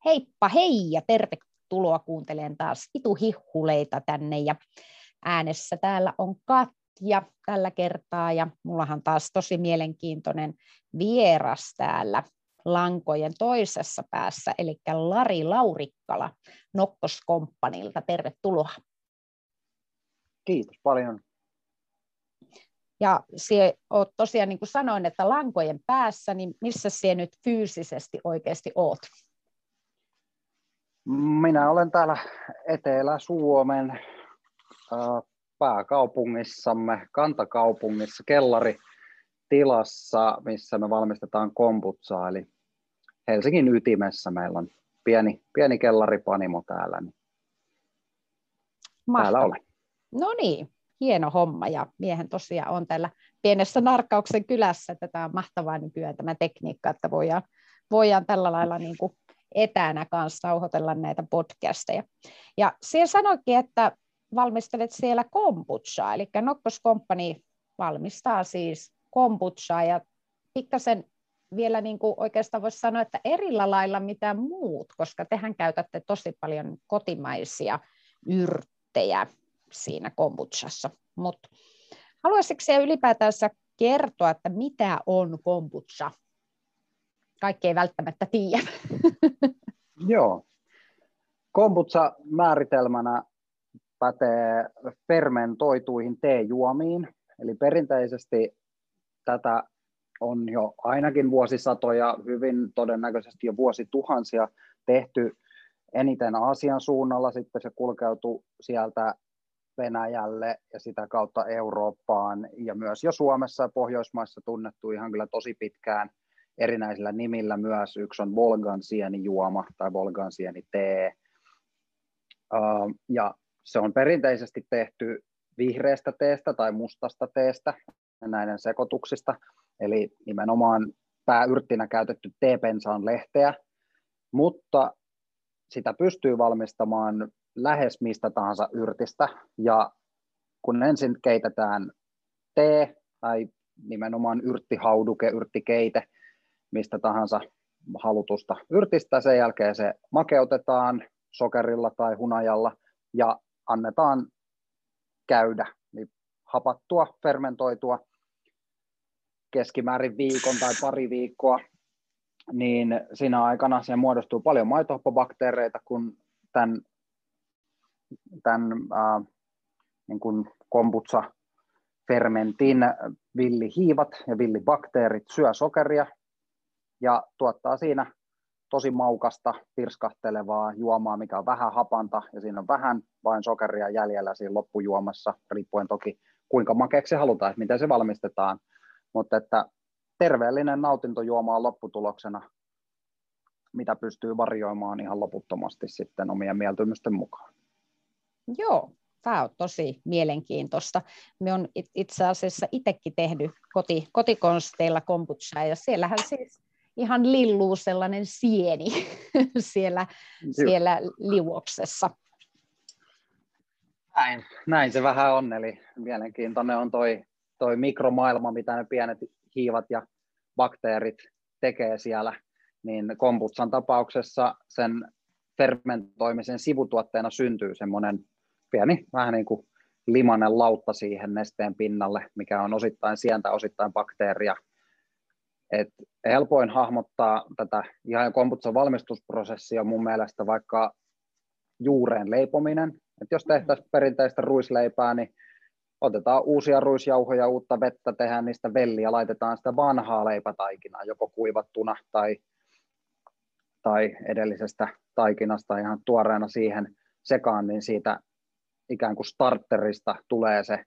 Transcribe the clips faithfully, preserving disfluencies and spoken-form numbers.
Heippa hei ja tervetuloa kuuntelemaan taas ituhihhuleita tänne ja äänessä täällä on Katja tällä kertaa ja mullahan taas tosi mielenkiintoinen vieras täällä lankojen toisessa päässä, eli Lari Laurikkala Nokkos Companyilta. Tervetuloa. Kiitos paljon. Ja sie oot tosiaan, niin kuin sanoin, että lankojen päässä, niin missä sie nyt fyysisesti oikeasti oot? Minä olen täällä Etelä-Suomen pääkaupungissamme, kantakaupungissa, kellaritilassa, missä me valmistetaan kombutsaa, eli Helsingin ytimessä meillä on pieni, pieni kellaripanimo täällä, niin täällä olen. No niin, hieno homma, ja miehen tosiaan on täällä pienessä Narkkauksen kylässä. Tätä on mahtavaa nykyään tämä tekniikka, että voidaan, voidaan tällä lailla niin kuin etänä kanssa nauhoitella näitä podcasteja. Ja siellä sanoikin, että valmistelet siellä kombuchaa, eli Nokkos Company valmistaa siis kombuchaa, ja pikkasen vielä niin kuin oikeastaan voisi sanoa, että erillä lailla mitä muut, koska tehän käytätte tosi paljon kotimaisia yrttejä siinä kombuchassa. Mutta haluaisitko sinä ylipäätänsä kertoa, että mitä on kombucha? Kaikki ei välttämättä tiedä. Joo. Kombucha määritelmänä pätee fermentoituihin teejuomiin. Eli perinteisesti tätä on jo ainakin vuosisatoja, hyvin todennäköisesti jo vuosituhansia tehty eniten Aasian suunnalla. Sitten se kulkeutui sieltä Venäjälle ja sitä kautta Eurooppaan ja myös jo Suomessa ja Pohjoismaissa tunnettu ihan kyllä tosi pitkään erinäisillä nimillä myös. Yksi on volgansienijuoma tai volgansienitee. Ja se on perinteisesti tehty vihreästä teestä tai mustasta teestä näiden sekoituksista. Eli nimenomaan pääyrttinä käytetty teepensaan lehteä, mutta sitä pystyy valmistamaan lähes mistä tahansa yrtistä. Ja kun ensin keitetään tee tai nimenomaan yrttihauduke, yrttikeite, mistä tahansa halutusta yrtistä, sen jälkeen se makeutetaan sokerilla tai hunajalla ja annetaan käydä, niin hapattua, fermentoitua keskimäärin viikon tai pari viikkoa, niin siinä aikana siihen muodostuu paljon maitohappobakteereita, kun tämän, tämän äh, niin kuin kombucha-fermentin villihiivat ja villibakteerit syö sokeria ja tuottaa siinä tosi maukasta, pirskahtelevaa juomaa, mikä on vähän hapanta ja siinä on vähän vain sokeria jäljellä siinä loppujuomassa, riippuen toki kuinka makeaksi halutaan, että miten se valmistetaan. Mutta että terveellinen nautintojuoma on lopputuloksena, mitä pystyy varioimaan ihan loputtomasti sitten omien mieltymysten mukaan. Joo, tämä on tosi mielenkiintoista. Me on itse asiassa itsekin tehnyt koti, kotikonsteilla kombuchaa, ja siellähän siis ihan lilluu sellainen sieni siellä, siellä liuoksessa. Näin, näin se vähän on, eli mielenkiintoinen on toi, toi mikromaailma, mitä ne pienet hiivat ja bakteerit tekee siellä, niin kombuchan tapauksessa sen fermentoimisen sivutuotteena syntyy semmoinen pieni, vähän niin kuin limainen lautta siihen nesteen pinnalle, mikä on osittain sientä, osittain bakteeria. Et helpoin hahmottaa tätä ihan kombuchan valmistusprosessia mun mielestä vaikka juureen leipominen. Et jos tehtäisiin perinteistä ruisleipää, niin otetaan uusia ruisjauhoja, uutta vettä, tehdään niistä velliä, laitetaan sitä vanhaa leipätaikinaa, joko kuivattuna tai, tai edellisestä taikinasta ihan tuoreena siihen sekaan, niin siitä ikään kuin starterista tulee se,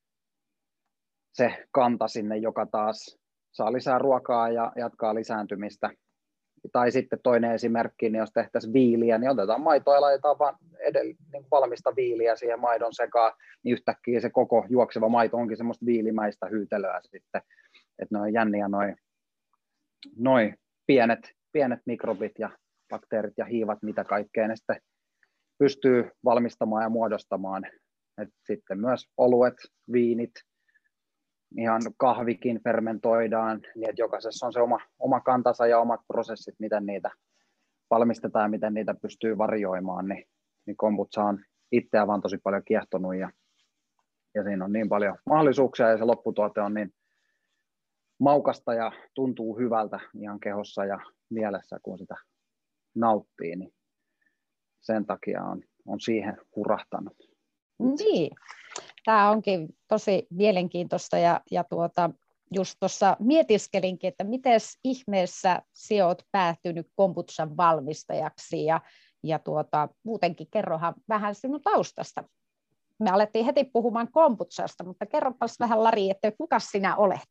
se kanta sinne, joka taas saa lisää ruokaa ja jatkaa lisääntymistä. Tai sitten toinen esimerkki, niin jos tehtäisiin viiliä, niin otetaan maitoa ja laitetaan vaan edellä, niin valmista viiliä siihen maidon sekaan, niin yhtäkkiä se koko juokseva maito onkin semmoista viilimäistä hyytelöä sitten. Että ne on jänniä noin noi pienet, pienet mikrobit ja bakteerit ja hiivat, mitä kaikkea ne sitten pystyy valmistamaan ja muodostamaan. Et sitten myös oluet, viinit, ihan kahvikin fermentoidaan, niin että jokaisessa on se oma, oma kantansa ja omat prosessit, miten niitä valmistetaan ja miten niitä pystyy varjoimaan, niin, niin kombutsa on itseään vaan tosi paljon kiehtonut ja, ja siinä on niin paljon mahdollisuuksia ja se lopputuote on niin maukasta ja tuntuu hyvältä ihan kehossa ja mielessä, kun sitä nauttii, niin sen takia on, on siihen hurahtanut. Niin, tämä onkin tosi mielenkiintoista ja, ja tuota, just tuossa mietiskelinkin, että miten ihmeessä sinä olet päätynyt kombutsan valmistajaksi ja, ja tuota, muutenkin kerrohan vähän sinun taustasta. Me alettiin heti puhumaan kombutsasta, mutta kerropas vähän Lari, että kuka sinä olet?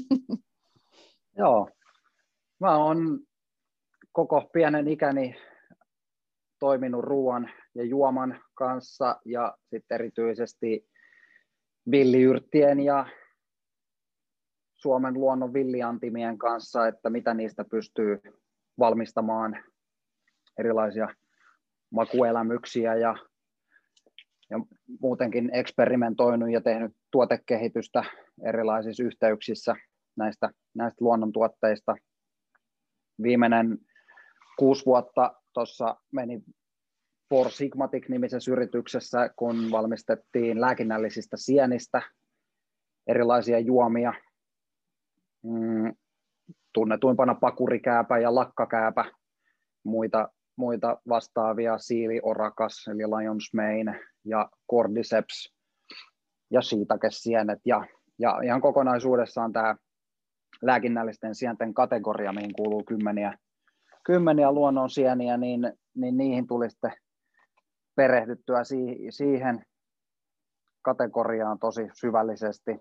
Joo, mä oon koko pienen ikäni toiminut ruoan ja juoman kanssa ja sitten erityisesti villiyrttien ja Suomen luonnon villiantimien kanssa, että mitä niistä pystyy valmistamaan erilaisia makuelämyksiä ja, ja muutenkin eksperimentoinut ja tehnyt tuotekehitystä erilaisissa yhteyksissä näistä, näistä luonnontuotteista. Viimeinen kuusi vuotta tuossa meni Four Sigmatic-nimisessä yrityksessä, kun valmistettiin lääkinnällisistä sienistä erilaisia juomia. Mm, tunnetuimpana pakurikääpä ja lakkakääpä, muita, muita vastaavia, siiliorakas eli lion's mane ja cordyceps ja shiitake-sienet. Ja, ja ihan kokonaisuudessaan tämä lääkinnällisten sienten kategoria, mihin kuuluu kymmeniä, kymmeniä luonnonsieniä, niin, niin niihin tuli sitten perehdyttyä siihen kategoriaan tosi syvällisesti.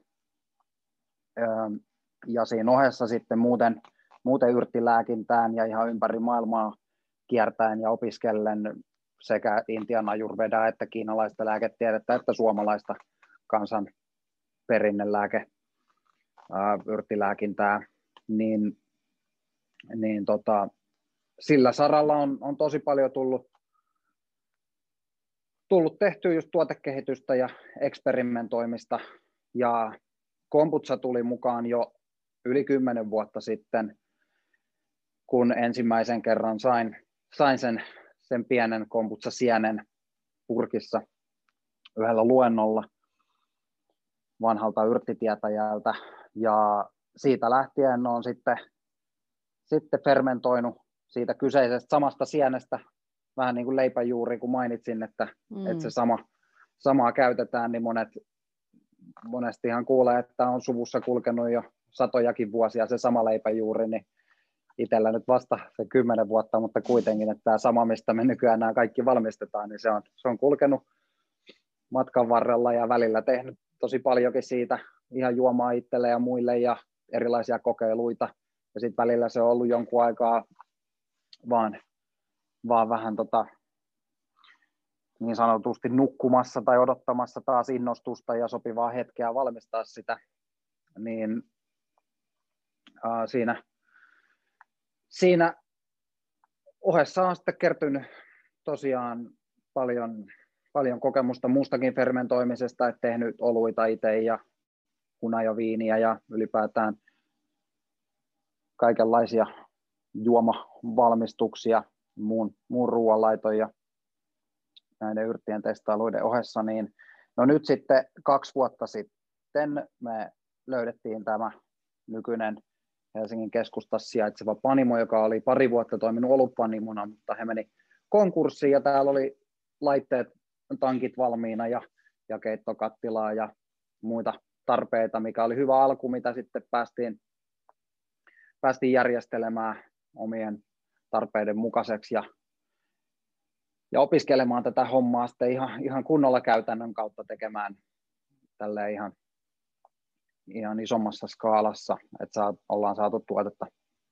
Ja siinä ohessa sitten muuten, muuten yrttilääkintään ja ihan ympäri maailmaa kiertäen ja opiskellen sekä Intian ajurvedaa että kiinalaista lääketiedettä että suomalaista kansan perinnelääke yrttilääkintää, niin, niin tota, sillä saralla on, on tosi paljon tullut, tullut tehtyä just tuotekehitystä ja eksperimentoimista, ja kombutsa tuli mukaan jo yli kymmenen vuotta sitten, kun ensimmäisen kerran sain, sain sen, sen pienen kombutsa-sienen purkissa yhdellä luennolla vanhalta yrttitietäjältä, ja siitä lähtien olen sitten, sitten fermentoinut siitä kyseisestä samasta sienestä, vähän niin kuin leipäjuuri, kun mainitsin, että, mm. että se sama, samaa käytetään, niin monet, monestihan kuulee, että on suvussa kulkenut jo satojakin vuosia se sama leipäjuuri, niin itsellä nyt vasta se kymmenen vuotta, mutta kuitenkin, että tämä sama, mistä me nykyään nämä kaikki valmistetaan, niin se on, se on kulkenut matkan varrella ja välillä tehnyt tosi paljonkin siitä ihan juomaa itselle ja muille ja erilaisia kokeiluita. Ja sitten välillä se on ollut jonkun aikaa vaan, vaan vähän tota, niin sanotusti nukkumassa tai odottamassa taas innostusta ja sopivaa hetkeä valmistaa sitä. Niin ää, siinä, siinä ohessa on sitten kertynyt tosiaan paljon, paljon kokemusta muustakin fermentoimisesta, että tehnyt oluita itse ja hunajaviiniä ja ylipäätään kaikenlaisia juomavalmistuksia muun, muun ruoanlaiton ja näiden yrttien testailuiden ohessa. Niin, no nyt sitten kaksi vuotta sitten me löydettiin tämä nykyinen Helsingin keskustassa sijaitseva panimo, joka oli pari vuotta toiminut olutpanimona, mutta he meni konkurssiin ja täällä oli laitteet, tankit valmiina ja, ja keittokattilaa ja muita tarpeita, mikä oli hyvä alku, mitä sitten päästiin, päästiin järjestelemään omien tarpeiden mukaiseksi ja, ja opiskelemaan tätä hommaa sitten ihan, ihan kunnolla käytännön kautta tekemään tälleen ihan, ihan isommassa skaalassa, että saa, ollaan saatu tuotetta,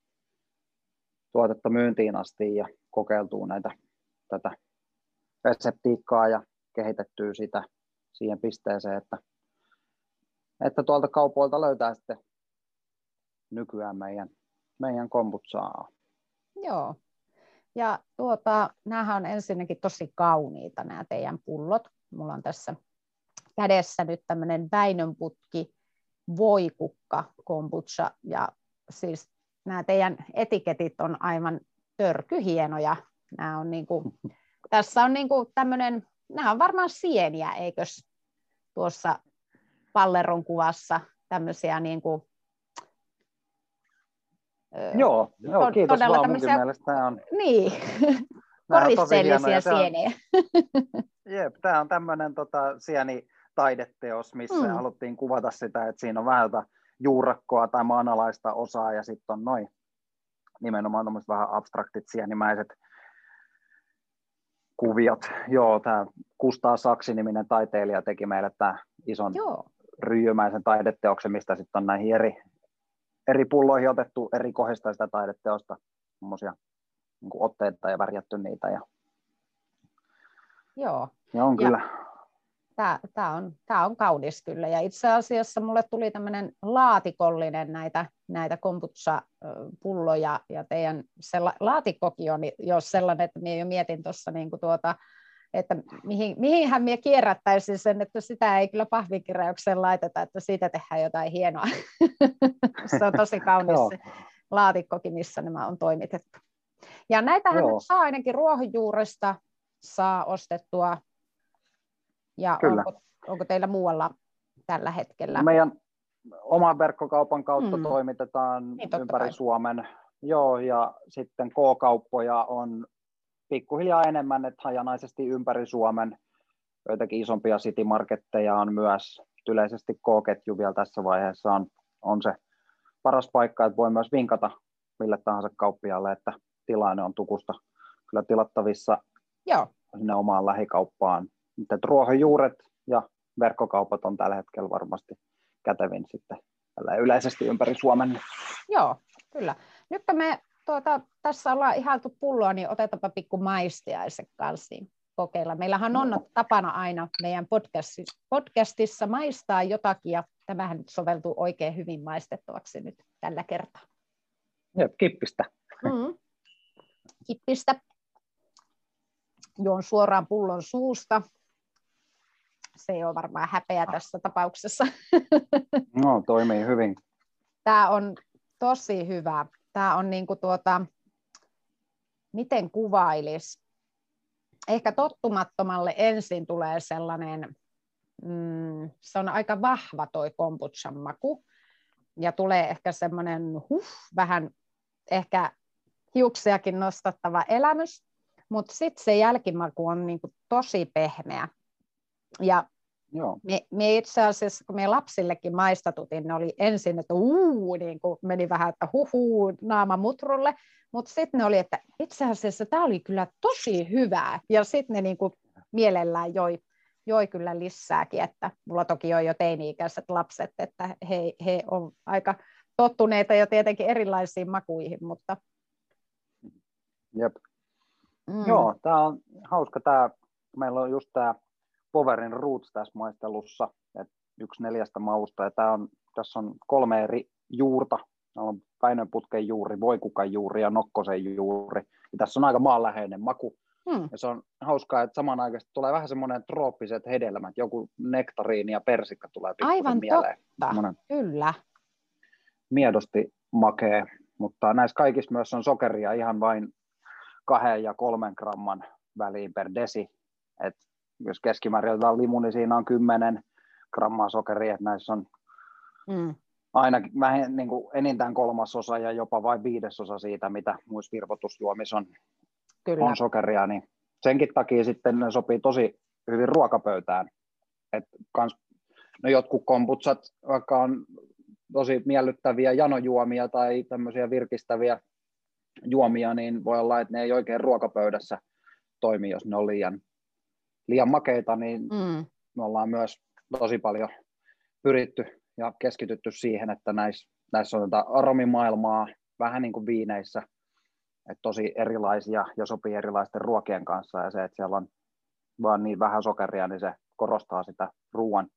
tuotetta myyntiin asti ja kokeiltuu näitä, tätä reseptiikkaa ja kehitettyä sitä siihen pisteeseen, että, että tuolta kaupoilta löytää sitten nykyään meidän, meidän kombutsaa. Joo. Ja tuota, näähän on ensinnäkin tosi kauniita nämä teidän pullot. Mulla on tässä kädessä nyt tämmöinen Väinönputki voikukka kombucha, ja siis nämä teidän etiketit on aivan törkyhienoja. Nämä on niin kuin, tässä on niin kuin tämmöinen, nämä on varmaan sieniä, eikös tuossa Palleron kuvassa tämmöisiä niin kuin, Joo, joo, kiitos todella vaan. Munkin tämmöisiä, mielestä tämä on, niin, nämä on tosi koristeellisia hienoja. sienejä. Jep, tämä on tämmöinen tota, sienitaideteos, missä Mm. haluttiin kuvata sitä, että siinä on vähän jotain juurakkoa tai maanalaista osaa, ja sitten on noin nimenomaan tämmöiset vähän abstraktit sienimäiset kuviot. Joo, tämä Kustaa Saksi-niminen taiteilija teki meille tämän ison Joo. ryijymäisen taideteoksen, mistä sitten on näihin eri, eri pulloihin otettu eri kohdista sitä taideteosta semmoisia niin kuin otteita ja värjätty niitä. Ja, Joo. ja on Ja kyllä. Tämä, tämä, on, tämä on kaunis kyllä, ja itse asiassa mulle tuli tämmöinen laatikollinen näitä, näitä kombucha-pulloja, ja teidän se laatikkokin on jo sellainen, että minä jo mietin tuossa niin kuin tuota, että mihin, mihinhän minä kierrättäisin sen, että sitä ei kyllä pahvinkeräykseen laiteta, että siitä tehdään jotain hienoa. Se on tosi kaunis se laatikkokin, missä nämä on toimitettu. Ja näitähän nyt saa ainakin ruohonjuuresta saa ostettua. Ja onko, onko teillä muualla tällä hetkellä? Meidän oman verkkokaupan kautta hmm. toimitetaan niin, ympäri kai. Suomen. Joo, ja sitten K-kauppoja on pikkuhiljaa enemmän, että hajanaisesti ympäri Suomen. Joitakin isompia citymarketteja on myös. Yleisesti K-ketju vielä tässä vaiheessa on, on se paras paikka, että voi myös vinkata mille tahansa kauppialle, että tilanne on Tukusta kyllä tilattavissa Joo. sinne omaan lähikauppaan. Mutta ruohonjuuret ja verkkokaupat on tällä hetkellä varmasti kätevin sitten yleisesti ympäri Suomen. Joo, kyllä. Nyt kun me tuota, tässä ollaan ihailtu pulloa, niin otetaanpa pikku maistiaisen kanssa kokeilla. Meillähän on tapana aina meidän podcastissa, podcastissa maistaa jotakin, ja tämähän nyt soveltuu oikein hyvin maistettavaksi nyt tällä kertaa. Jep, kippistä. Mm. Kippistä. Juon suoraan pullon suusta. Se ei ole varmaan häpeä tässä tapauksessa. No, toimii hyvin. Tämä on tosi hyvä. Tämä on niin kuin tuota, miten kuvailisi? Ehkä tottumattomalle ensin tulee sellainen, mm, se on aika vahva toi kombuchan maku. Ja tulee ehkä semmoinen huh, vähän ehkä hiuksiakin nostattava elämys. Mutta sitten se jälkimaku on niin kuin tosi pehmeä. Ja Joo. Me, me itse asiassa, kun me lapsillekin maistatutin, ne oli ensin, että uu, niin kuin meni vähän, että huhuu, naama mutrulle, mutta sitten ne oli, että itse asiassa tämä oli kyllä tosi hyvää, ja sitten ne niin kuin mielellään joi, joi kyllä lisääkin, että mulla toki on jo teini-ikäiset lapset, että he, he on aika tottuneita jo tietenkin erilaisiin makuihin, mutta... Jep. Mm. Joo, tämä on hauska, tämä, meillä on just tämä Powerin Roots tässä maistelussa, että yksi neljästä mausta, ja tää on, tässä on kolme eri juurta, täällä on Päinönputken juuri, Voikukan juuri ja Nokkosen juuri, ja tässä on aika maanläheinen maku, hmm. ja se on hauskaa, että samanaikaisesti tulee vähän semmoinen trooppiset hedelmät, joku nektariini ja persikka tulee pikkuisen mieleen. Aivan totta, kyllä. Miedosti makee, mutta näissä kaikissa myös on sokeria ihan vain kahden ja kolmen gramman väliin per desi, että jos keskimäärin otetaan limu, niin siinä on kymmenen grammaa sokeria, että näissä on mm. ainakin vähän niin kuin enintään kolmasosa ja jopa vain viidesosa siitä, mitä muissa virvoitusjuomissa on, on sokeria, niin senkin takia sitten ne sopii tosi hyvin ruokapöytään. Et kans, no jotkut kombutsat, vaikka on tosi miellyttäviä janojuomia tai tämmöisiä virkistäviä juomia, niin voi olla, että ne ei oikein ruokapöydässä toimi, jos ne on liian liian makeita, niin mm. me ollaan myös tosi paljon pyritty ja keskitytty siihen, että näissä, näissä on tätä aromimaailmaa vähän niin kuin viineissä, että tosi erilaisia ja sopii erilaisten ruokien kanssa, ja se, että siellä on vaan niin vähän sokeria, niin se korostaa sitä ruoan,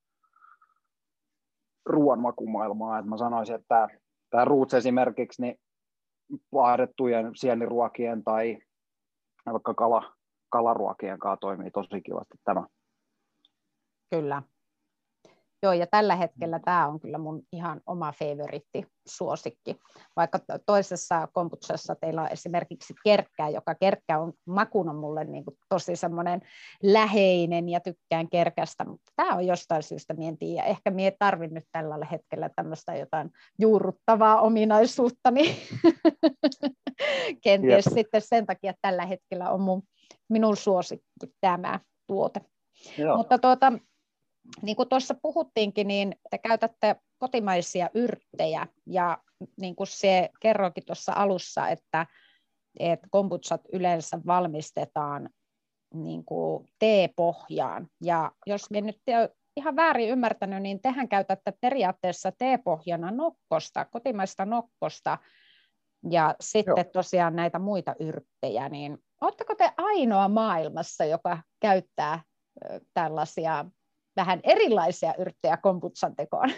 ruoan makumaailmaa. Et mä sanoisin, että tämä, tämä Roots esimerkiksi, niin vaahdettujen sieniruokien tai vaikka kala, kalaruokien kanssa toimii tosi kivasti tämä. Kyllä. Joo, ja tällä hetkellä tämä on kyllä mun ihan oma favoritti, suosikki. Vaikka toisessa kombuchassa teillä on esimerkiksi kerkkää, joka kerkkä on makuna mulle niin kuin tosi semmoinen läheinen ja tykkään kerkästä, mutta tämä on jostain syystä, mie en tiedä. Ehkä mie tarvin nyt tällä hetkellä tämmöistä jotain juurruttavaa ominaisuutta, niin kenties yep. sitten sen takia tällä hetkellä on mun, minun suosikki tämä tuote. Joo. Mutta tuota, niin kuin tuossa puhuttiinkin, niin te käytätte kotimaisia yrttejä, ja niin kuin se kerroinkin tuossa alussa, että, että kombuchat yleensä valmistetaan niin kuin teepohjaan, ja jos me nyt ihan väärin ymmärtänyt, niin tehän käytätte periaatteessa teepohjana nokkosta, kotimaista nokkosta, ja sitten Joo. tosiaan näitä muita yrttejä, niin oletteko te ainoa maailmassa, joka käyttää tällaisia vähän erilaisia yrttejä kombuchan tekoon?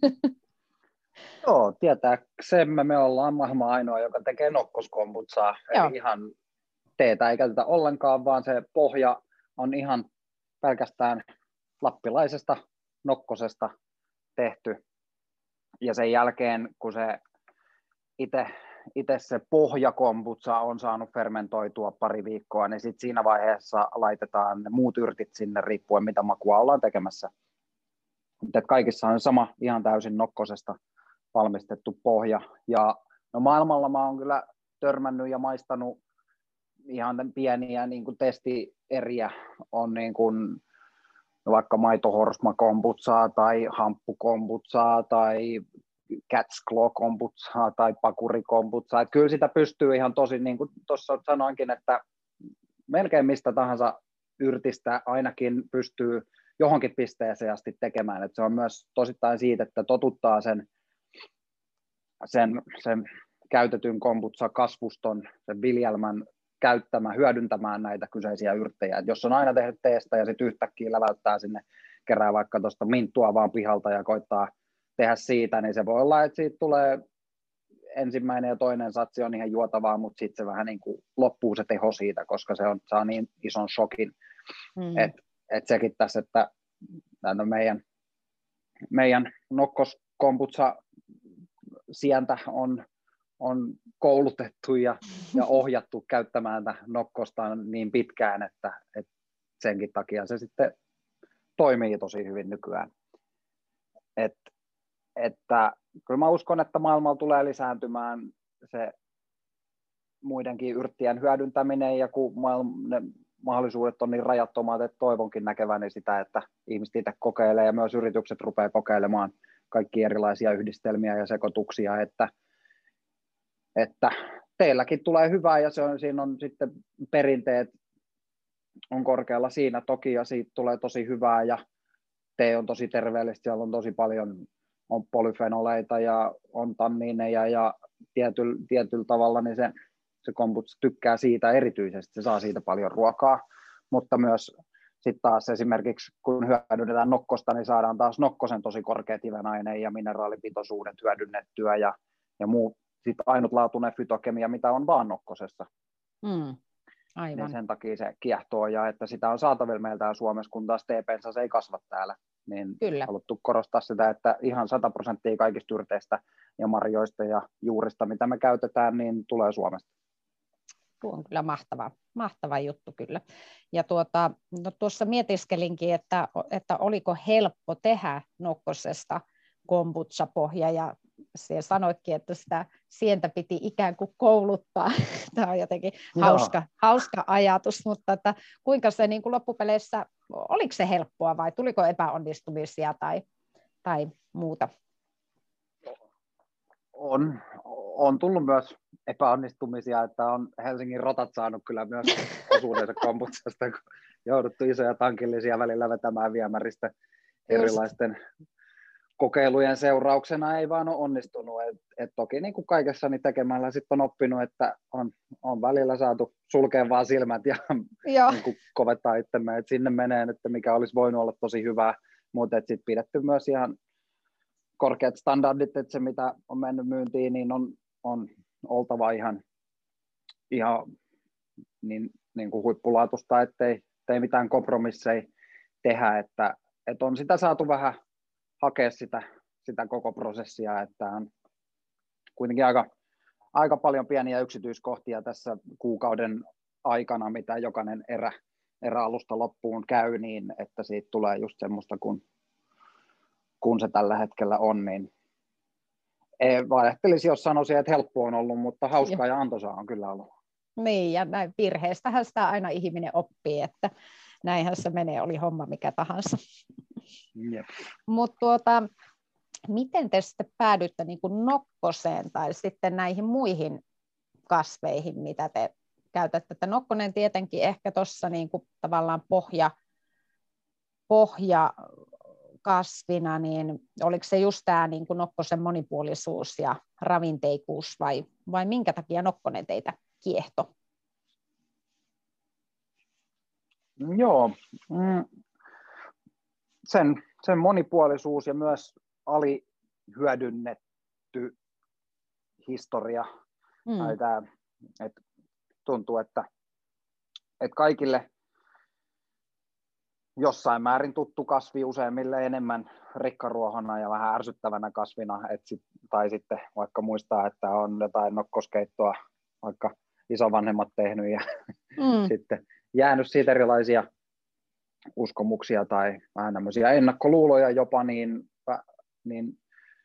Joo, tietääksemme me ollaan maailman ainoa, joka tekee nokkoskombutsaa. Eli ihan teetä ei käytetä ollenkaan, vaan se pohja on ihan pelkästään lappilaisesta nokkosesta tehty. Ja sen jälkeen, kun se itse itse se pohjakombutsa on saanut fermentoitua pari viikkoa, niin sit siinä vaiheessa laitetaan ne muut yrtit sinne riippuen mitä makua ollaan tekemässä. Mutta kaikissa on sama ihan täysin nokkosesta valmistettu pohja. Ja no maailmalla mä oon kyllä törmännyt ja maistanut ihan pieniä niin kuin testieriä, on niin kuin vaikka maitohorsmakombutsaa tai hamppukombutsaa tai cat's claw kombutsaa tai pakurikombutsaa. Että kyllä sitä pystyy ihan tosi, niin kuin tuossa sanoinkin, että melkein mistä tahansa yrtistä ainakin pystyy johonkin pisteeseen asti tekemään. Että se on myös tosittain siitä, että totuttaa sen, sen, sen käytetyn kombutsa-kasvuston, sen viljelmän käyttämään, hyödyntämään näitä kyseisiä yrttejä. Et jos on aina tehnyt teestä ja sitten yhtäkkiä läväyttää sinne, kerää vaikka tuosta minttua vaan pihalta ja koittaa tehdä siitä, niin se voi olla, että siitä tulee ensimmäinen ja toinen satsi on ihan juotavaa, mutta sitten se vähän niin kuin loppuu se teho siitä, koska se on, saa niin ison shokin. Mm. Että et sekin tässä, että meidän, meidän nokkoskombutsa sientä on, on koulutettu ja, ja ohjattu käyttämään nokkosta niin pitkään, että, että senkin takia se sitten toimii tosi hyvin nykyään. Et, että kyllä mä uskon, että maailmalla tulee lisääntymään se muidenkin yrttien hyödyntäminen, ja kun maailma, ne mahdollisuudet on niin rajattomat, että toivonkin näkeväni sitä, että ihmiset itse kokeilee ja myös yritykset rupeaa kokeilemaan kaikki erilaisia yhdistelmiä ja sekoituksia, että, että teilläkin tulee hyvää ja se on, siinä on sitten perinteet on korkealla siinä toki ja siitä tulee tosi hyvää ja tee on tosi terveellistä, siellä on tosi paljon on polyfenoleita ja on tanniineja ja tietyllä, tietyllä tavalla niin se, se kombutsa tykkää siitä erityisesti, se saa siitä paljon ruokaa, mutta myös sitten taas esimerkiksi kun hyödynnetään nokkosta, niin saadaan taas nokkosen tosi korkeat hivenaine- ja mineraalipitoisuudet hyödynnettyä ja, ja muu sitten ainutlaatuinen fytokemia, mitä on vaan nokkosessa. Mm, aivan. Niin sen takia se kiehtoo ja että sitä on saatavilla meiltä Suomessa, kun taas T P-nsä se ei kasva täällä. Niin Kyllä. haluttu korostaa sitä, että ihan sata prosenttia kaikista yrteistä ja marjoista ja juurista, mitä me käytetään, niin tulee Suomesta. Tuo on kyllä mahtava, mahtava juttu kyllä. Ja tuota, no tuossa mietiskelinkin, että, että oliko helppo tehdä nokkosesta kombucha-pohja, ja siellä sanoitkin, että sitä sientä piti ikään kuin kouluttaa. Tämä on jotenkin hauska, hauska ajatus, mutta että kuinka se niin kuin loppupeleissä, oliko se helppoa vai tuliko epäonnistumisia tai, tai muuta? On, on tullut myös epäonnistumisia, että on Helsingin rotat saanut kyllä myös osuudensa kombutsasta, kun jouduttu isoja tankillisia välillä vetämään viemäristä erilaisten kokeilujen seurauksena ei vaan ole onnistunut. Et, et toki niin kuin kaikessa niin tekemällä sit on oppinut, että on, on välillä saatu sulkea vaan silmät ja niin kuin kovettaa itsemme, että sinne menee, että mikä olisi voinut olla tosi hyvää, mutta sitten pidetty myös ihan korkeat standardit, että se mitä on mennyt myyntiin, niin on, on oltava ihan, ihan niin, niin kuin huippulaatusta, ettei, ettei mitään kompromisseja tehdä, että, että on sitä saatu vähän hakea sitä, sitä koko prosessia, että on kuitenkin aika, aika paljon pieniä yksityiskohtia tässä kuukauden aikana, mitä jokainen erä, eräalusta loppuun käy, niin että siitä tulee just semmoista, kun, kun se tällä hetkellä on, niin valehtelisi, jos sanoisin, että helppo on ollut, mutta hauskaa ja antoisaa on kyllä ollut. Niin, ja näin virheestähän sitä aina ihminen oppii, että näinhän se menee, oli homma mikä tahansa. Yep. Mutta tuota, miten te sitten päädytte niin kuin nokkoseen tai sitten näihin muihin kasveihin, mitä te käytätte? Että nokkonen tietenkin ehkä tuossa niin kuin tavallaan pohja, pohja kasvina, niin oliko se just tämä niin kuin nokkosen monipuolisuus ja ravinteikuus vai, vai minkä takia nokkonen teitä kiehto? Joo, sen, sen monipuolisuus ja myös alihyödynnetty historia. Mm. Tai tämä, että tuntuu, että, että kaikille jossain määrin tuttu kasvi, useimmille enemmän rikkaruohona ja vähän ärsyttävänä kasvina, et sit, tai sitten vaikka muistaa, että on jotain nokkoskeittoa vaikka isovanhemmat tehnyt ja mm. sitten jäänyt siitä erilaisia uskomuksia tai vähän tämmöisiä ennakkoluuloja jopa, niin, niin,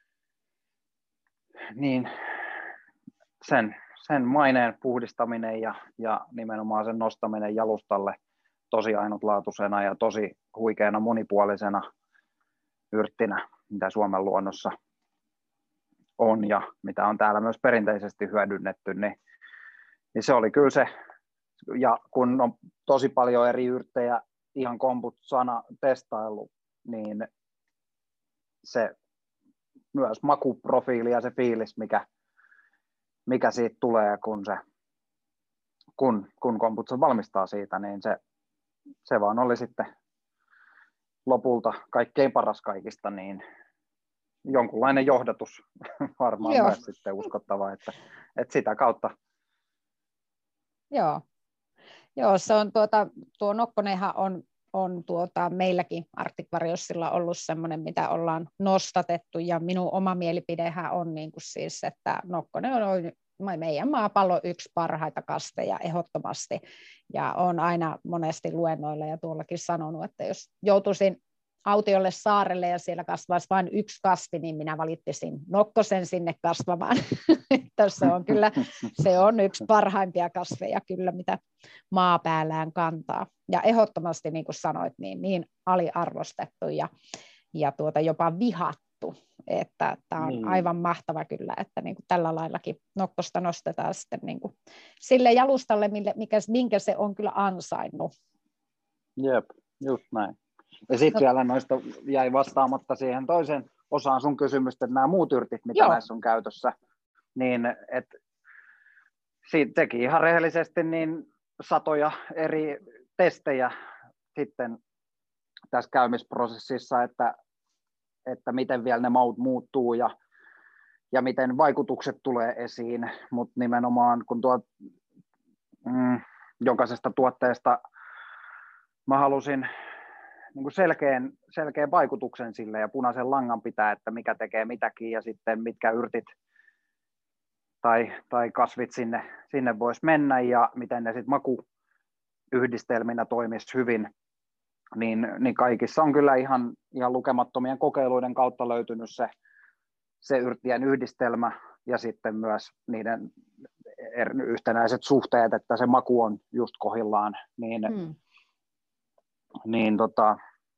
niin sen, sen maineen puhdistaminen ja, ja nimenomaan sen nostaminen jalustalle tosi ainutlaatuisena ja tosi huikeana monipuolisena yrttinä, mitä Suomen luonnossa on ja mitä on täällä myös perinteisesti hyödynnetty, niin, niin se oli kyllä se, ja kun on tosi paljon eri yrttejä ihan kombutsana testaillut, niin se myös makuprofiili ja se fiilis, mikä, mikä siitä tulee, kun, se, kun, kun kombutsa valmistaa siitä, niin se, se vaan oli sitten lopulta kaikkein paras kaikista, niin jonkunlainen johdatus varmaan Joo. myös sitten uskottava, että, että sitä kautta. Joo, Joo se on tuota, tuo nokkonenhan on, on tuota, meilläkin Arctic Warriorsilla ollut semmoinen, mitä ollaan nostatettu, ja minun oma mielipidehän on niin kuin siis, että nokkonen on meidän maapallon yksi parhaita kasveja ehdottomasti, ja olen aina monesti luennoilla ja tuollakin sanonut, että jos joutuisin autiolle saarelle ja siellä kasvaisi vain yksi kasvi, niin minä valittisin nokkosen sinne kasvamaan. Se on kyllä se on yksi parhaimpia kasveja kyllä, mitä maapäällään kantaa. Ja ehdottomasti, niin kuin sanoit, niin, niin aliarvostettu ja, ja tuota, jopa vihattu. Että tämä on mm. aivan mahtava kyllä, että niin kuin tällä laillakin nokkosta nostetaan sitten niin kuin sille jalustalle, mikä, minkä se on kyllä ansainnut. Jep, just näin. Ja sitten no. vielä noista jäi vastaamatta siihen toiseen osaan sun kysymystä, että nämä muut yrtit, mitä Joo. näissä on käytössä, niin et, siitä teki ihan rehellisesti niin satoja eri testejä sitten tässä käymisprosessissa, että, että miten vielä ne maut muuttuu ja, ja miten vaikutukset tulee esiin, mutta nimenomaan kun tuo mm, jokaisesta tuotteesta mä halusin niin kuin selkeän, selkeän vaikutuksen sille ja punaisen langan pitää, että mikä tekee mitäkin ja sitten mitkä yrtit tai, tai kasvit sinne, sinne voisi mennä ja miten ne sitten makuyhdistelminä toimisi hyvin, niin, niin kaikissa on kyllä ihan, ihan lukemattomien kokeiluiden kautta löytynyt se, se yrttien yhdistelmä ja sitten myös niiden yhtenäiset suhteet, että se maku on just kohdillaan, niin hmm. niin tota,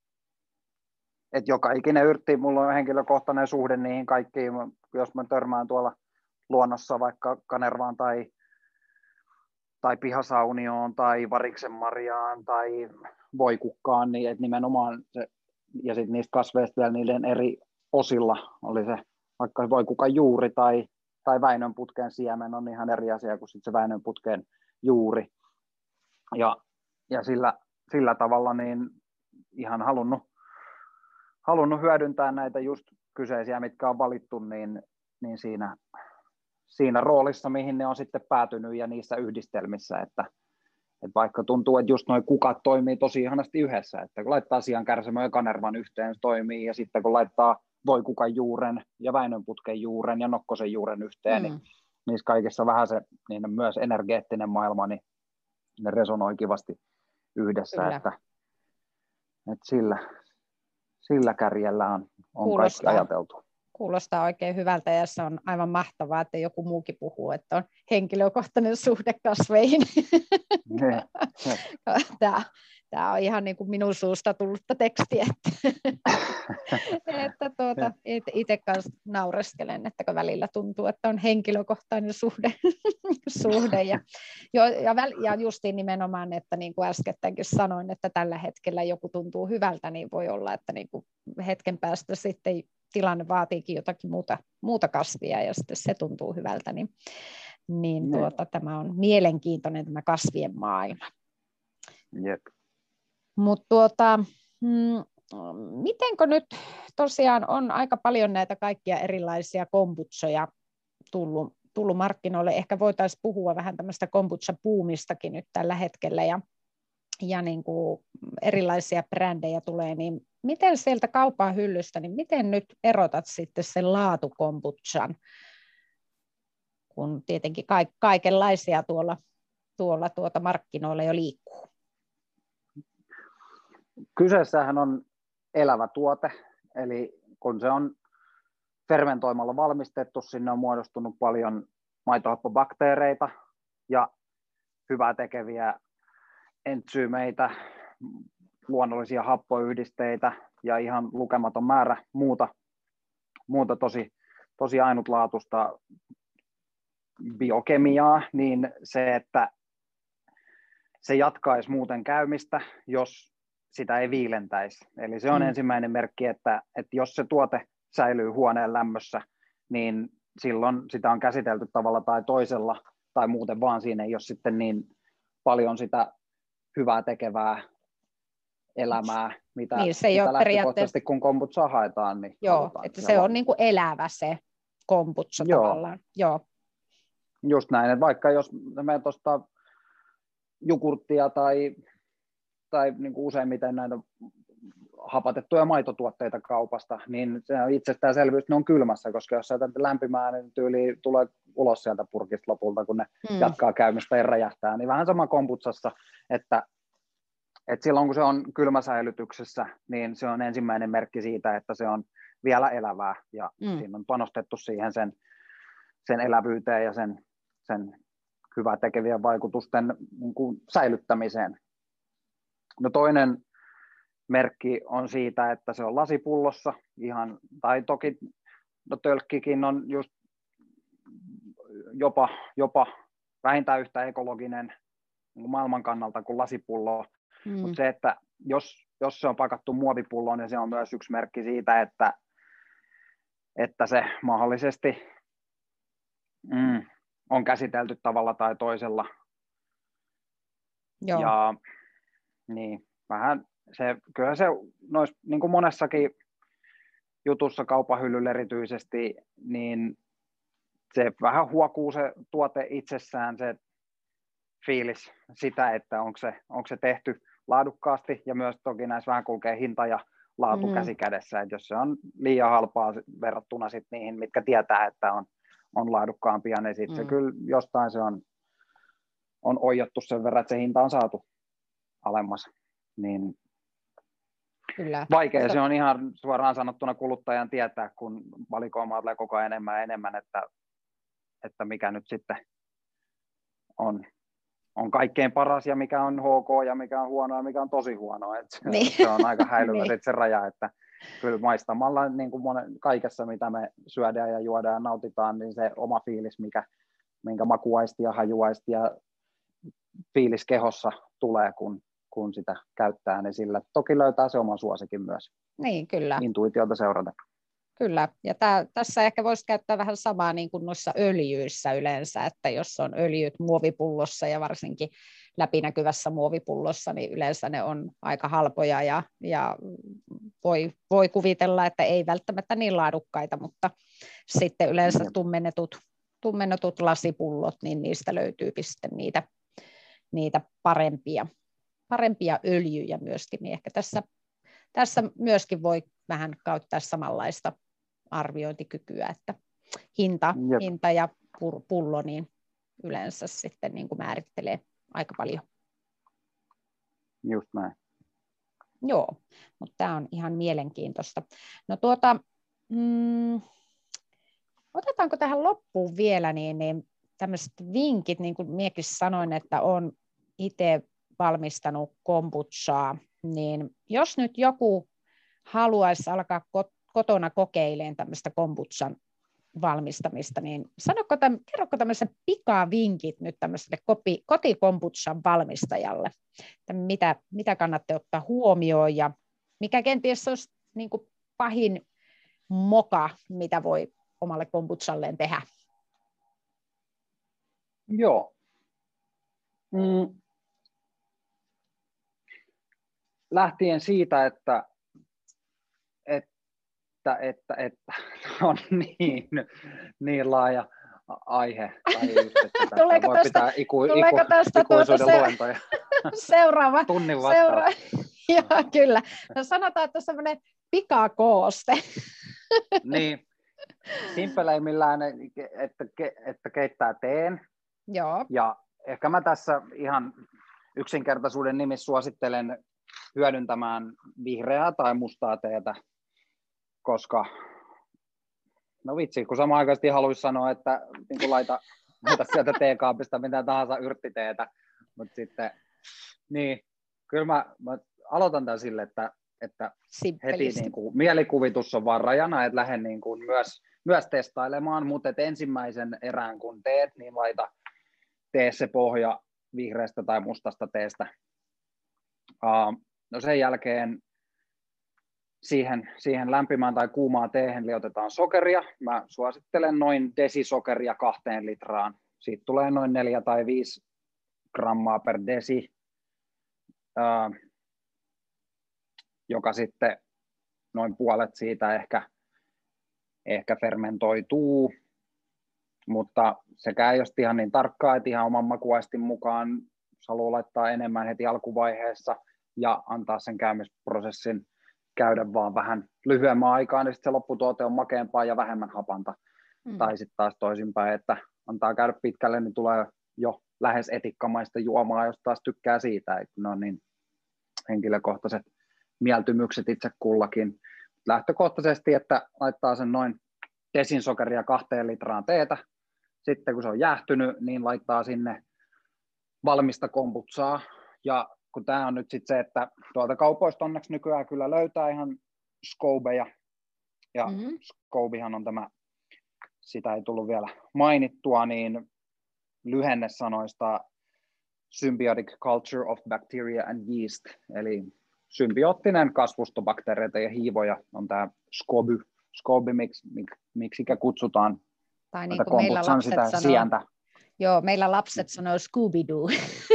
että joka ikinen yrtti, mulla on henkilökohtainen suhde niihin kaikkiin, jos mä törmään tuolla luonnossa vaikka kanervaan tai, tai pihasaunioon tai variksenmarjaan tai voikukkaan, niin että nimenomaan se, ja sitten niistä kasveista vielä niiden eri osilla, oli se vaikka voikukan juuri tai, tai väinönputken siemen on ihan eri asia kuin sitten se väinönputken juuri, ja, ja sillä, sillä tavalla niin ihan halunnut halunnut hyödyntää näitä just kyseisiä, mitkä on valittu, niin, niin siinä, siinä roolissa, mihin ne on sitten päätynyt ja niissä yhdistelmissä, että, Et vaikka tuntuu, että just nuo kukat toimii tosi ihanasti yhdessä, että kun laittaa sian kärsämön ja kanervan yhteen, se toimii, ja sitten kun laittaa voikukan juuren ja väinönputken juuren ja nokkosen juuren yhteen, mm. niin niissä kaikissa vähän se niin myös energeettinen maailma, niin ne resonoi kivasti yhdessä, että, että sillä, sillä kärjellä on, on kaikki ajateltu. Kuulostaa oikein hyvältä ja se on aivan mahtavaa, että joku muukin puhuu, että on henkilökohtainen suhde kasveihin. Tämä, tämä on ihan niin kuin minun suusta tullutta tekstiä, että, että tuota, itse kanssa naureskelen, että kun välillä tuntuu, että on henkilökohtainen suhde. suhde ja, ja, ja justiin nimenomaan, että niin kuin äskettäinkin sanoin, että tällä hetkellä joku tuntuu hyvältä, niin voi olla, että niin kuin hetken päästä sitten tilanne vaatiikin jotakin muuta, muuta kasvia ja sitten se tuntuu hyvältä, niin, niin tuota, tämä on mielenkiintoinen tämä kasvien maailma. Jep. Mutta tuota, mm, mitenkö nyt tosiaan on aika paljon näitä kaikkia erilaisia kombutsoja tullut, tullut markkinoille, ehkä voitaisiin puhua vähän tämmöistä kombucha-buumistakin nyt tällä hetkellä ja, ja niin kuin erilaisia brändejä tulee, niin miten sieltä kaupan hyllystä, niin miten nyt erotat sitten sen laatukombuchan, kun tietenkin kaikenlaisia tuolla, tuolla tuota markkinoilla jo liikkuu? Kyseessähän on elävä tuote, eli kun se on fermentoimalla valmistettu, sinne on muodostunut paljon maitohappobakteereita ja hyvää tekeviä entsyymeitä, luonnollisia happoyhdisteitä ja ihan lukematon määrä muuta, muuta tosi, tosi ainutlaatuista biokemiaa, niin se, että se jatkaisi muuten käymistä, jos sitä ei viilentäisi. Eli se on mm. ensimmäinen merkki, että, että jos se tuote säilyy huoneen lämmössä, niin silloin sitä on käsitelty tavalla tai toisella, tai muuten vaan siinä ei ole sitten niin paljon sitä hyvää tekevää elämää, mitä, niin, se mitä lähtökohtaisesti kun kombucha haetaan. Niin joo, että se on niin kuin elävä se kombucha joo. tavallaan. Joo. Just näin, että vaikka jos me tuosta jogurttia tai, tai niin kuin useimmiten näitä hapatettuja maitotuotteita kaupasta, niin se on itsestäänselvyys, että ne on kylmässä, koska jos sä jätät lämpimään, niin tyyli tulee ulos sieltä purkista lopulta, kun ne mm. jatkaa käymistä ja räjähtää. Niin vähän sama kombuchassa, että, että silloin kun se on kylmäsäilytyksessä, niin se on ensimmäinen merkki siitä, että se on vielä elävää, ja mm. siinä on panostettu siihen sen, sen elävyyteen ja sen, sen hyvää tekevien vaikutusten niin kuin säilyttämiseen. No toinen merkki on siitä, että se on lasipullossa, ihan, tai toki no tölkkikin on just jopa, jopa vähintään yhtä ekologinen niin maailman kannalta kuin lasipullo, mm. mutta se, että jos, jos se on pakattu muovipulloon, niin se on myös yksi merkki siitä, että, että se mahdollisesti mm, on käsitelty tavalla tai toisella. Joo. Ja niin, vähän se, kyllä se nois, niin kuin monessakin jutussa kaupan hyllyllä erityisesti, niin se vähän huokuu se tuote itsessään, se fiilis sitä, että onko se, onko se tehty laadukkaasti, ja myös toki näissä vähän kulkee hinta ja laatu mm. käsi kädessä, että jos se on liian halpaa verrattuna sit niihin, mitkä tietää, että on, on laadukkaampia, niin sitten mm. se kyllä jostain se on, on oijattu sen verran, että se hinta on saatu alemmas. Niin kyllä. Vaikea se on ihan suoraan sanottuna kuluttajan tietää, kun valikoimaa tulee koko ajan enemmän ja enemmän, että, että mikä nyt sitten on, on kaikkein paras ja mikä on H K ja mikä on huono ja mikä on tosi huono. Että niin. Se on aika häilyvä niin. se raja, että kyllä maistamalla niin kuin monen, kaikessa, mitä me syödään ja juodaan ja nautitaan, niin se oma fiilis, mikä, minkä makuaisti ja hajuaisti ja fiilis kehossa tulee, kun kun sitä käyttää, niin sillä toki löytää se oman suosikin myös. Niin, kyllä. Intuitiota seurata. Kyllä, ja tää, tässä ehkä voisi käyttää vähän samaa niin kuin noissa öljyissä yleensä, että jos on öljyt muovipullossa ja varsinkin läpinäkyvässä muovipullossa, niin yleensä ne on aika halpoja ja, ja voi, voi kuvitella, että ei välttämättä niin laadukkaita, mutta sitten yleensä tummennetut, tummennetut lasipullot, niin niistä löytyy sitten niitä niitä parempia, parempia öljyjä myöskin, niin ehkä tässä, tässä myöskin voi vähän käyttää samanlaista arviointikykyä, että hinta, hinta ja pullo niin yleensä sitten niin kuin määrittelee aika paljon. Just näin. Joo, mutta tämä on ihan mielenkiintoista. No tuota, mm, otetaanko tähän loppuun vielä niin, niin tämmöiset vinkit, niin kuin minäkin sanoin, että olen itse valmistanut kombuchaa, niin jos nyt joku haluaisi alkaa kotona kokeilemaan tämmöistä kombuchan valmistamista, niin sanokko täm, kerrokko tämmöiset pikavinkit nyt tämmöiselle kotikombutsan valmistajalle, että mitä, mitä kannattaa ottaa huomioon ja mikä kenties olisi niin kuin pahin moka, mitä voi omalle kombutsalleen tehdä? Joo. Mm. Lähtien siitä, että, että, että, että on niin, niin laaja aihe. Tai just, että tuleeko voi tästä, pitää iku, tuleeko iku, tästä ikuisuuden tuota se, luentoja. seuraava? Tunnin vastaus. Seura- Joo, kyllä. No sanotaan, että semmoinen pikakooste. Niin, simpeleimmillään, että, että keittää teen. Joo. Ja ehkä mä tässä ihan yksinkertaisuuden nimissä suosittelen hyödyntämään vihreää tai mustaa teetä, koska no vitsi, kun samaan aikaan haluaisi sanoa, että niin kuin laita, laita sieltä teekaapista mitä tahansa yrttiteetä, mutta sitten niin, kyllä mä, mä aloitan tämän sille, että, että heti niin kuin, mielikuvitus on vaan rajana, että lähden niin kuin myös, myös testailemaan, mutta että ensimmäisen erään kun teet, niin laita tee se pohja vihreästä tai mustasta teestä. Uh, no sen jälkeen siihen, siihen lämpimään tai kuumaan teehen liotetaan sokeria. Mä suosittelen noin desisokeria kahteen litraan. Siitä tulee noin neljä tai viisi grammaa per desi, uh, joka sitten noin puolet siitä ehkä, ehkä fermentoituu. Mutta sekä ei ole ihan niin tarkkaa, että ihan oman makuaistin mukaan jos haluaa laittaa enemmän heti alkuvaiheessa ja antaa sen käymisprosessin käydä vaan vähän lyhyemmän aikaa, niin sitten se lopputuote on makeampaa ja vähemmän hapanta. Mm. Tai sitten taas toisinpäin, että antaa käydä pitkälle, niin tulee jo lähes etikkamaista juomaa, jos taas tykkää siitä, että ne on niin henkilökohtaiset mieltymykset itse kullakin. Lähtökohtaisesti, että laittaa sen noin desin sokeria kahteen litraan teetä. Sitten kun se on jäähtynyt, niin laittaa sinne valmista kombutsaa. Ja kun tämä on nyt sitten se, että tuolta kaupoista onneksi nykyään kyllä löytää ihan scobeja. Ja mm-hmm. scobehan on tämä, sitä ei tullut vielä mainittua, niin lyhennesanoista Symbiotic Culture of Bacteria and Yeast. Eli symbioottinen kasvustobakteereita ja hiivoja on tämä SCOBY. SCOBY, miksi, miksikä kutsutaan. Tai niin kuin meillä lapset sitä sanoo, sientä. Joo, meillä lapset sanoo Scooby-Doo.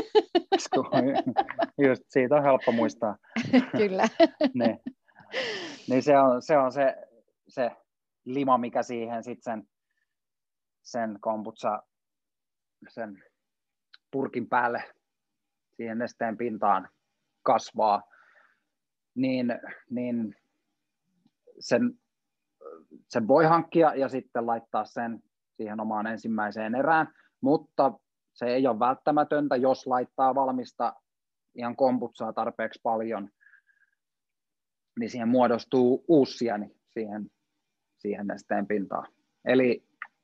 Just, siitä on helppo muistaa. Kyllä. niin. niin se on se, on se, se lima, mikä siihen sitten sen, sen kombutsa, sen purkin päälle siihen nesteen pintaan kasvaa, niin, niin sen, sen voi hankkia ja sitten laittaa sen siihen omaan ensimmäiseen erään, mutta se ei ole välttämätöntä, jos laittaa valmista ihan kombutsaa tarpeeksi paljon, niin siihen muodostuu uusi sieni siihen, siihen nesteen pintaan. Eli,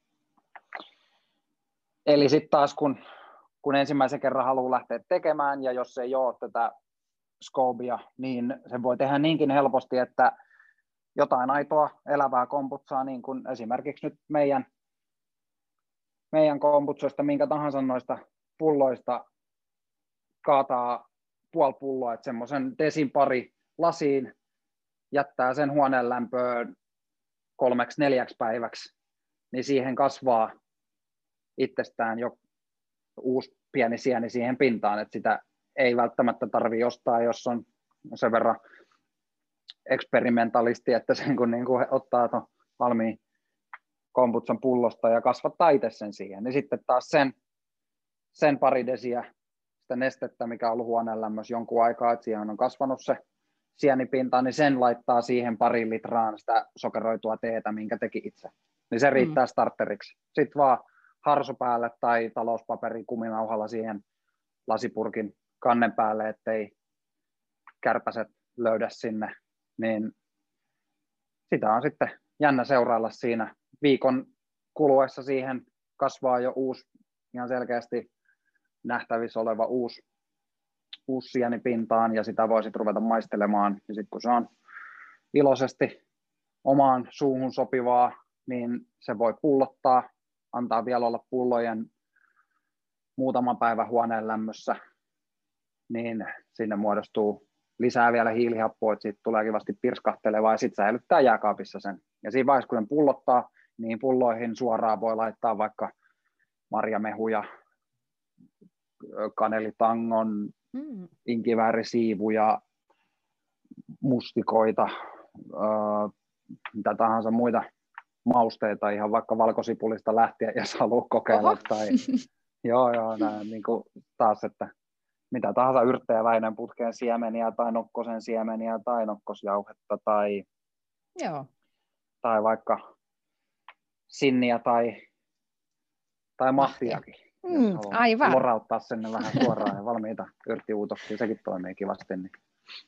eli sitten taas kun, kun ensimmäisen kerran haluaa lähteä tekemään, ja jos ei ole tätä scobia, niin se voi tehdä niinkin helposti, että jotain aitoa elävää kombutsaa, niin kuin esimerkiksi nyt meidän, meidän kombutsoista, minkä tahansa noista pulloista kaataa puoli pulloa, että semmoisen desin pari lasiin, jättää sen huoneen lämpöön kolmeksi neljäksi päiväksi, niin siihen kasvaa itsestään jo uusi pieni sieni siihen pintaan, että sitä ei välttämättä tarvitse ostaa, jos on sen verran eksperimentalisti, että sen kun niin kuin ottaa tuon valmiin kombutsan pullosta ja kasvattaa itse sen siihen, niin sitten taas sen, sen pari desiä sitä nestettä, mikä on ollut huoneen lämmössä jonkun aikaa, että siihen on kasvanut se sienipinta, niin sen laittaa siihen pari litraan sitä sokeroitua teetä, minkä teki itse. Niin se riittää mm. starteriksi. Sitten vaan harsu päälle tai talouspaperi kuminauhalla siihen lasipurkin kannen päälle, ettei kärpäset löydä sinne. Niin sitä on sitten jännä seurailla siinä. Viikon kuluessa siihen kasvaa jo uusi, ihan selkeästi nähtävissä oleva uusi, uusi sieni pintaan, ja sitä voi sitten ruveta maistelemaan. Ja sitten kun se on iloisesti omaan suuhun sopivaa, niin se voi pullottaa, antaa vielä olla pullojen muutaman päivän huoneen lämmössä, niin sinne muodostuu lisää vielä hiilihappoa, että siitä tulee kivasti pirskahtelevaa, ja sitten säilyttää jääkaapissa sen. Ja siinä vaiheessa, kun sen pullottaa, niin pulloihin suoraan voi laittaa vaikka marjamehuja, kanelitangon, mm. inkiväärisiivuja, mustikoita, öö, mitä tahansa muita mausteita, ihan vaikka valkosipulista lähtien, jos haluaa kokeilla. Oho. Tai, joo, joo, nää, niin kuin taas, että mitä tahansa yrttejä, väinönputkeen siemeniä tai nokkosen siemeniä tai nokkosjauhetta tai, joo. tai vaikka sinniä tai, tai mahtiakin. Mm, aivan. Lorauttaa sinne vähän suoraan ja valmiita yrttiuutoksia, sekin toimii kivasti. Niin.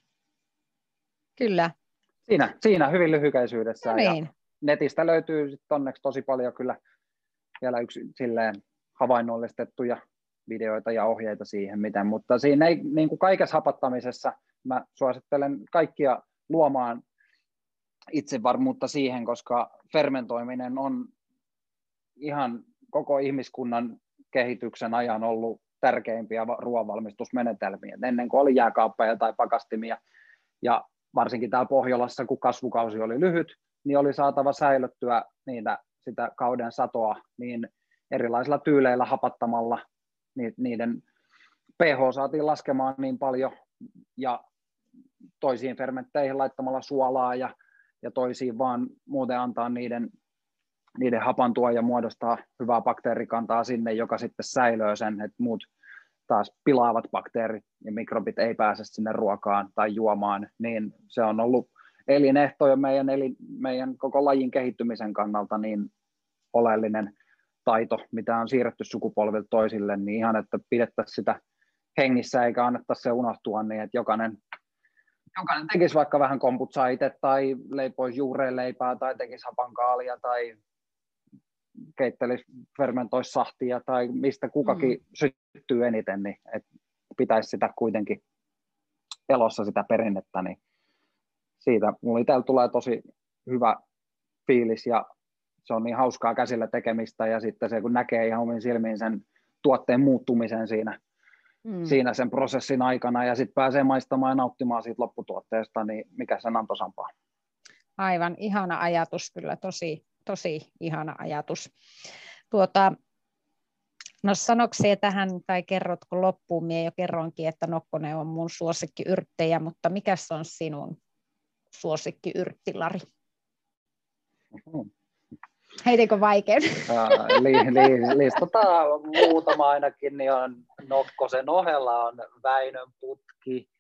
Kyllä. Siinä, siinä hyvin lyhykäisyydessä. No niin. Ja netistä löytyy sit onneksi tosi paljon kyllä vielä yksi silleen havainnollistettuja videoita ja ohjeita siihen, miten, mutta siinä ei niin kuin kaikessa hapattamisessa mä suosittelen kaikkia luomaan itsevarmuutta siihen, koska fermentoiminen on ihan koko ihmiskunnan kehityksen ajan ollut tärkeimpiä ruoanvalmistusmenetelmiä. Ennen kuin oli jääkaappeja tai pakastimia, ja varsinkin täällä Pohjolassa, kun kasvukausi oli lyhyt, niin oli saatava säilyttyä niitä, sitä kauden satoa niin erilaisilla tyyleillä hapattamalla. Niiden pH saatiin laskemaan niin paljon, ja toisiin fermentteihin laittamalla suolaa ja, ja toisiin vaan muuten antaa niiden, niiden hapantua ja muodostaa hyvää bakteerikantaa sinne, joka sitten säilöö sen, että muut taas pilaavat bakteerit ja mikrobit ei pääse sinne ruokaan tai juomaan, niin se on ollut elinehto ja meidän, eli, meidän koko lajin kehittymisen kannalta niin oleellinen taito, mitä on siirretty sukupolvilta toisille, niin ihan, että pidettäisiin sitä hengissä eikä annettaisi se unohtua niin, että jokainen, jokainen tekisi vaikka vähän kombutsaa itse tai leipoisi juureen leipää tai tekisi hapankaalia tai keittelisi, fermentoisi sahtia tai mistä kukakin mm. syttyy eniten, niin että pitäisi sitä kuitenkin elossa sitä perinnettä, niin siitä mulla itsellä tulee tosi hyvä fiilis ja se on niin hauskaa käsillä tekemistä ja sitten se kun näkee ihan omin silmiin sen tuotteen muuttumisen siinä, mm. siinä sen prosessin aikana ja sitten pääsee maistamaan ja nauttimaan siitä lopputuotteesta, niin mikä sen antoisampaa. Aivan ihana ajatus kyllä, tosi, tosi ihana ajatus. Tuota, no sanoksee tähän tai kerrotko loppuun, minä jo kerroinkin, että nokkonen on mun suosikkiyrttejä, mutta mikä on sinun suosikkiyrtti, Lari? Mm-hmm. Heitikö vaikein? li, li, listataan muutama ainakin, niin on nokkosen ohella on väinönputki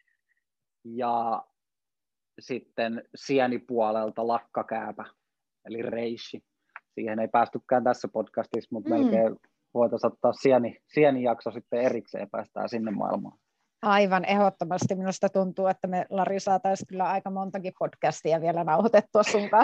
ja sitten sienipuolelta lakkakääpä, eli reishi. Siihen ei päästykään tässä podcastissa, mutta mm. melkein voitaisiin ottaa sieni, sienijakso sitten erikseen ja päästään sinne maailmaan. Aivan ehdottomasti. Minusta tuntuu, että me, Lari, saataisiin kyllä aika montakin podcastia vielä nauhoitettua sunkaan.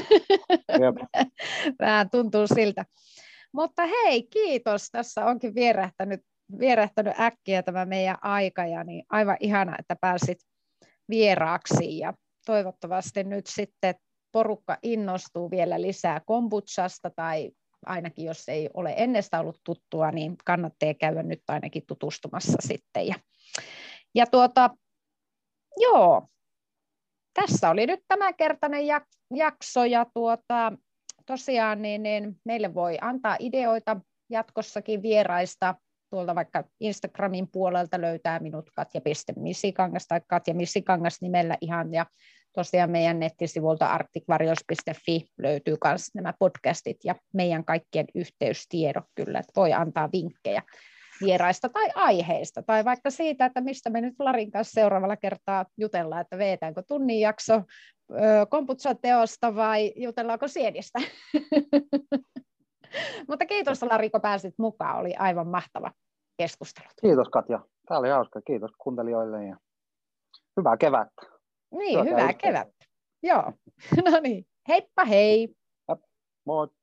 Vähän tuntuu siltä. Mutta hei, kiitos. Tässä onkin vierähtänyt, vierähtänyt äkkiä tämä meidän aika, ja niin aivan ihana, että pääsit vieraaksi. Ja toivottavasti nyt sitten porukka innostuu vielä lisää kombuchasta, tai ainakin jos ei ole ennestään ollut tuttua, niin kannattaa käydä nyt ainakin tutustumassa sitten. Ja Ja tuota, joo, tässä oli nyt tämänkertainen jakso ja tuota, tosiaan niin, niin meille voi antaa ideoita jatkossakin vieraista. Tuolta vaikka Instagramin puolelta löytää minut katja piste missikangas tai Katja Missikangas nimellä ihan, ja tosiaan meidän nettisivulta arcticvarjos piste fi löytyy myös nämä podcastit ja meidän kaikkien yhteystiedot kyllä, että voi antaa vinkkejä vieraista tai aiheista, tai vaikka siitä, että mistä me nyt Larin kanssa seuraavalla kertaa jutellaan, että veetäänkö tunnin jakso Kombutsan-teosta vai jutellaanko sienistä. Mutta kiitos Lari, kun pääsit mukaan, oli aivan mahtava keskustelu. Kiitos Katja, tämä oli hauska, kiitos kuuntelijoille ja hyvää kevättä. Niin, hyvää kevättä. Joo, no niin, heippa hei. Moi.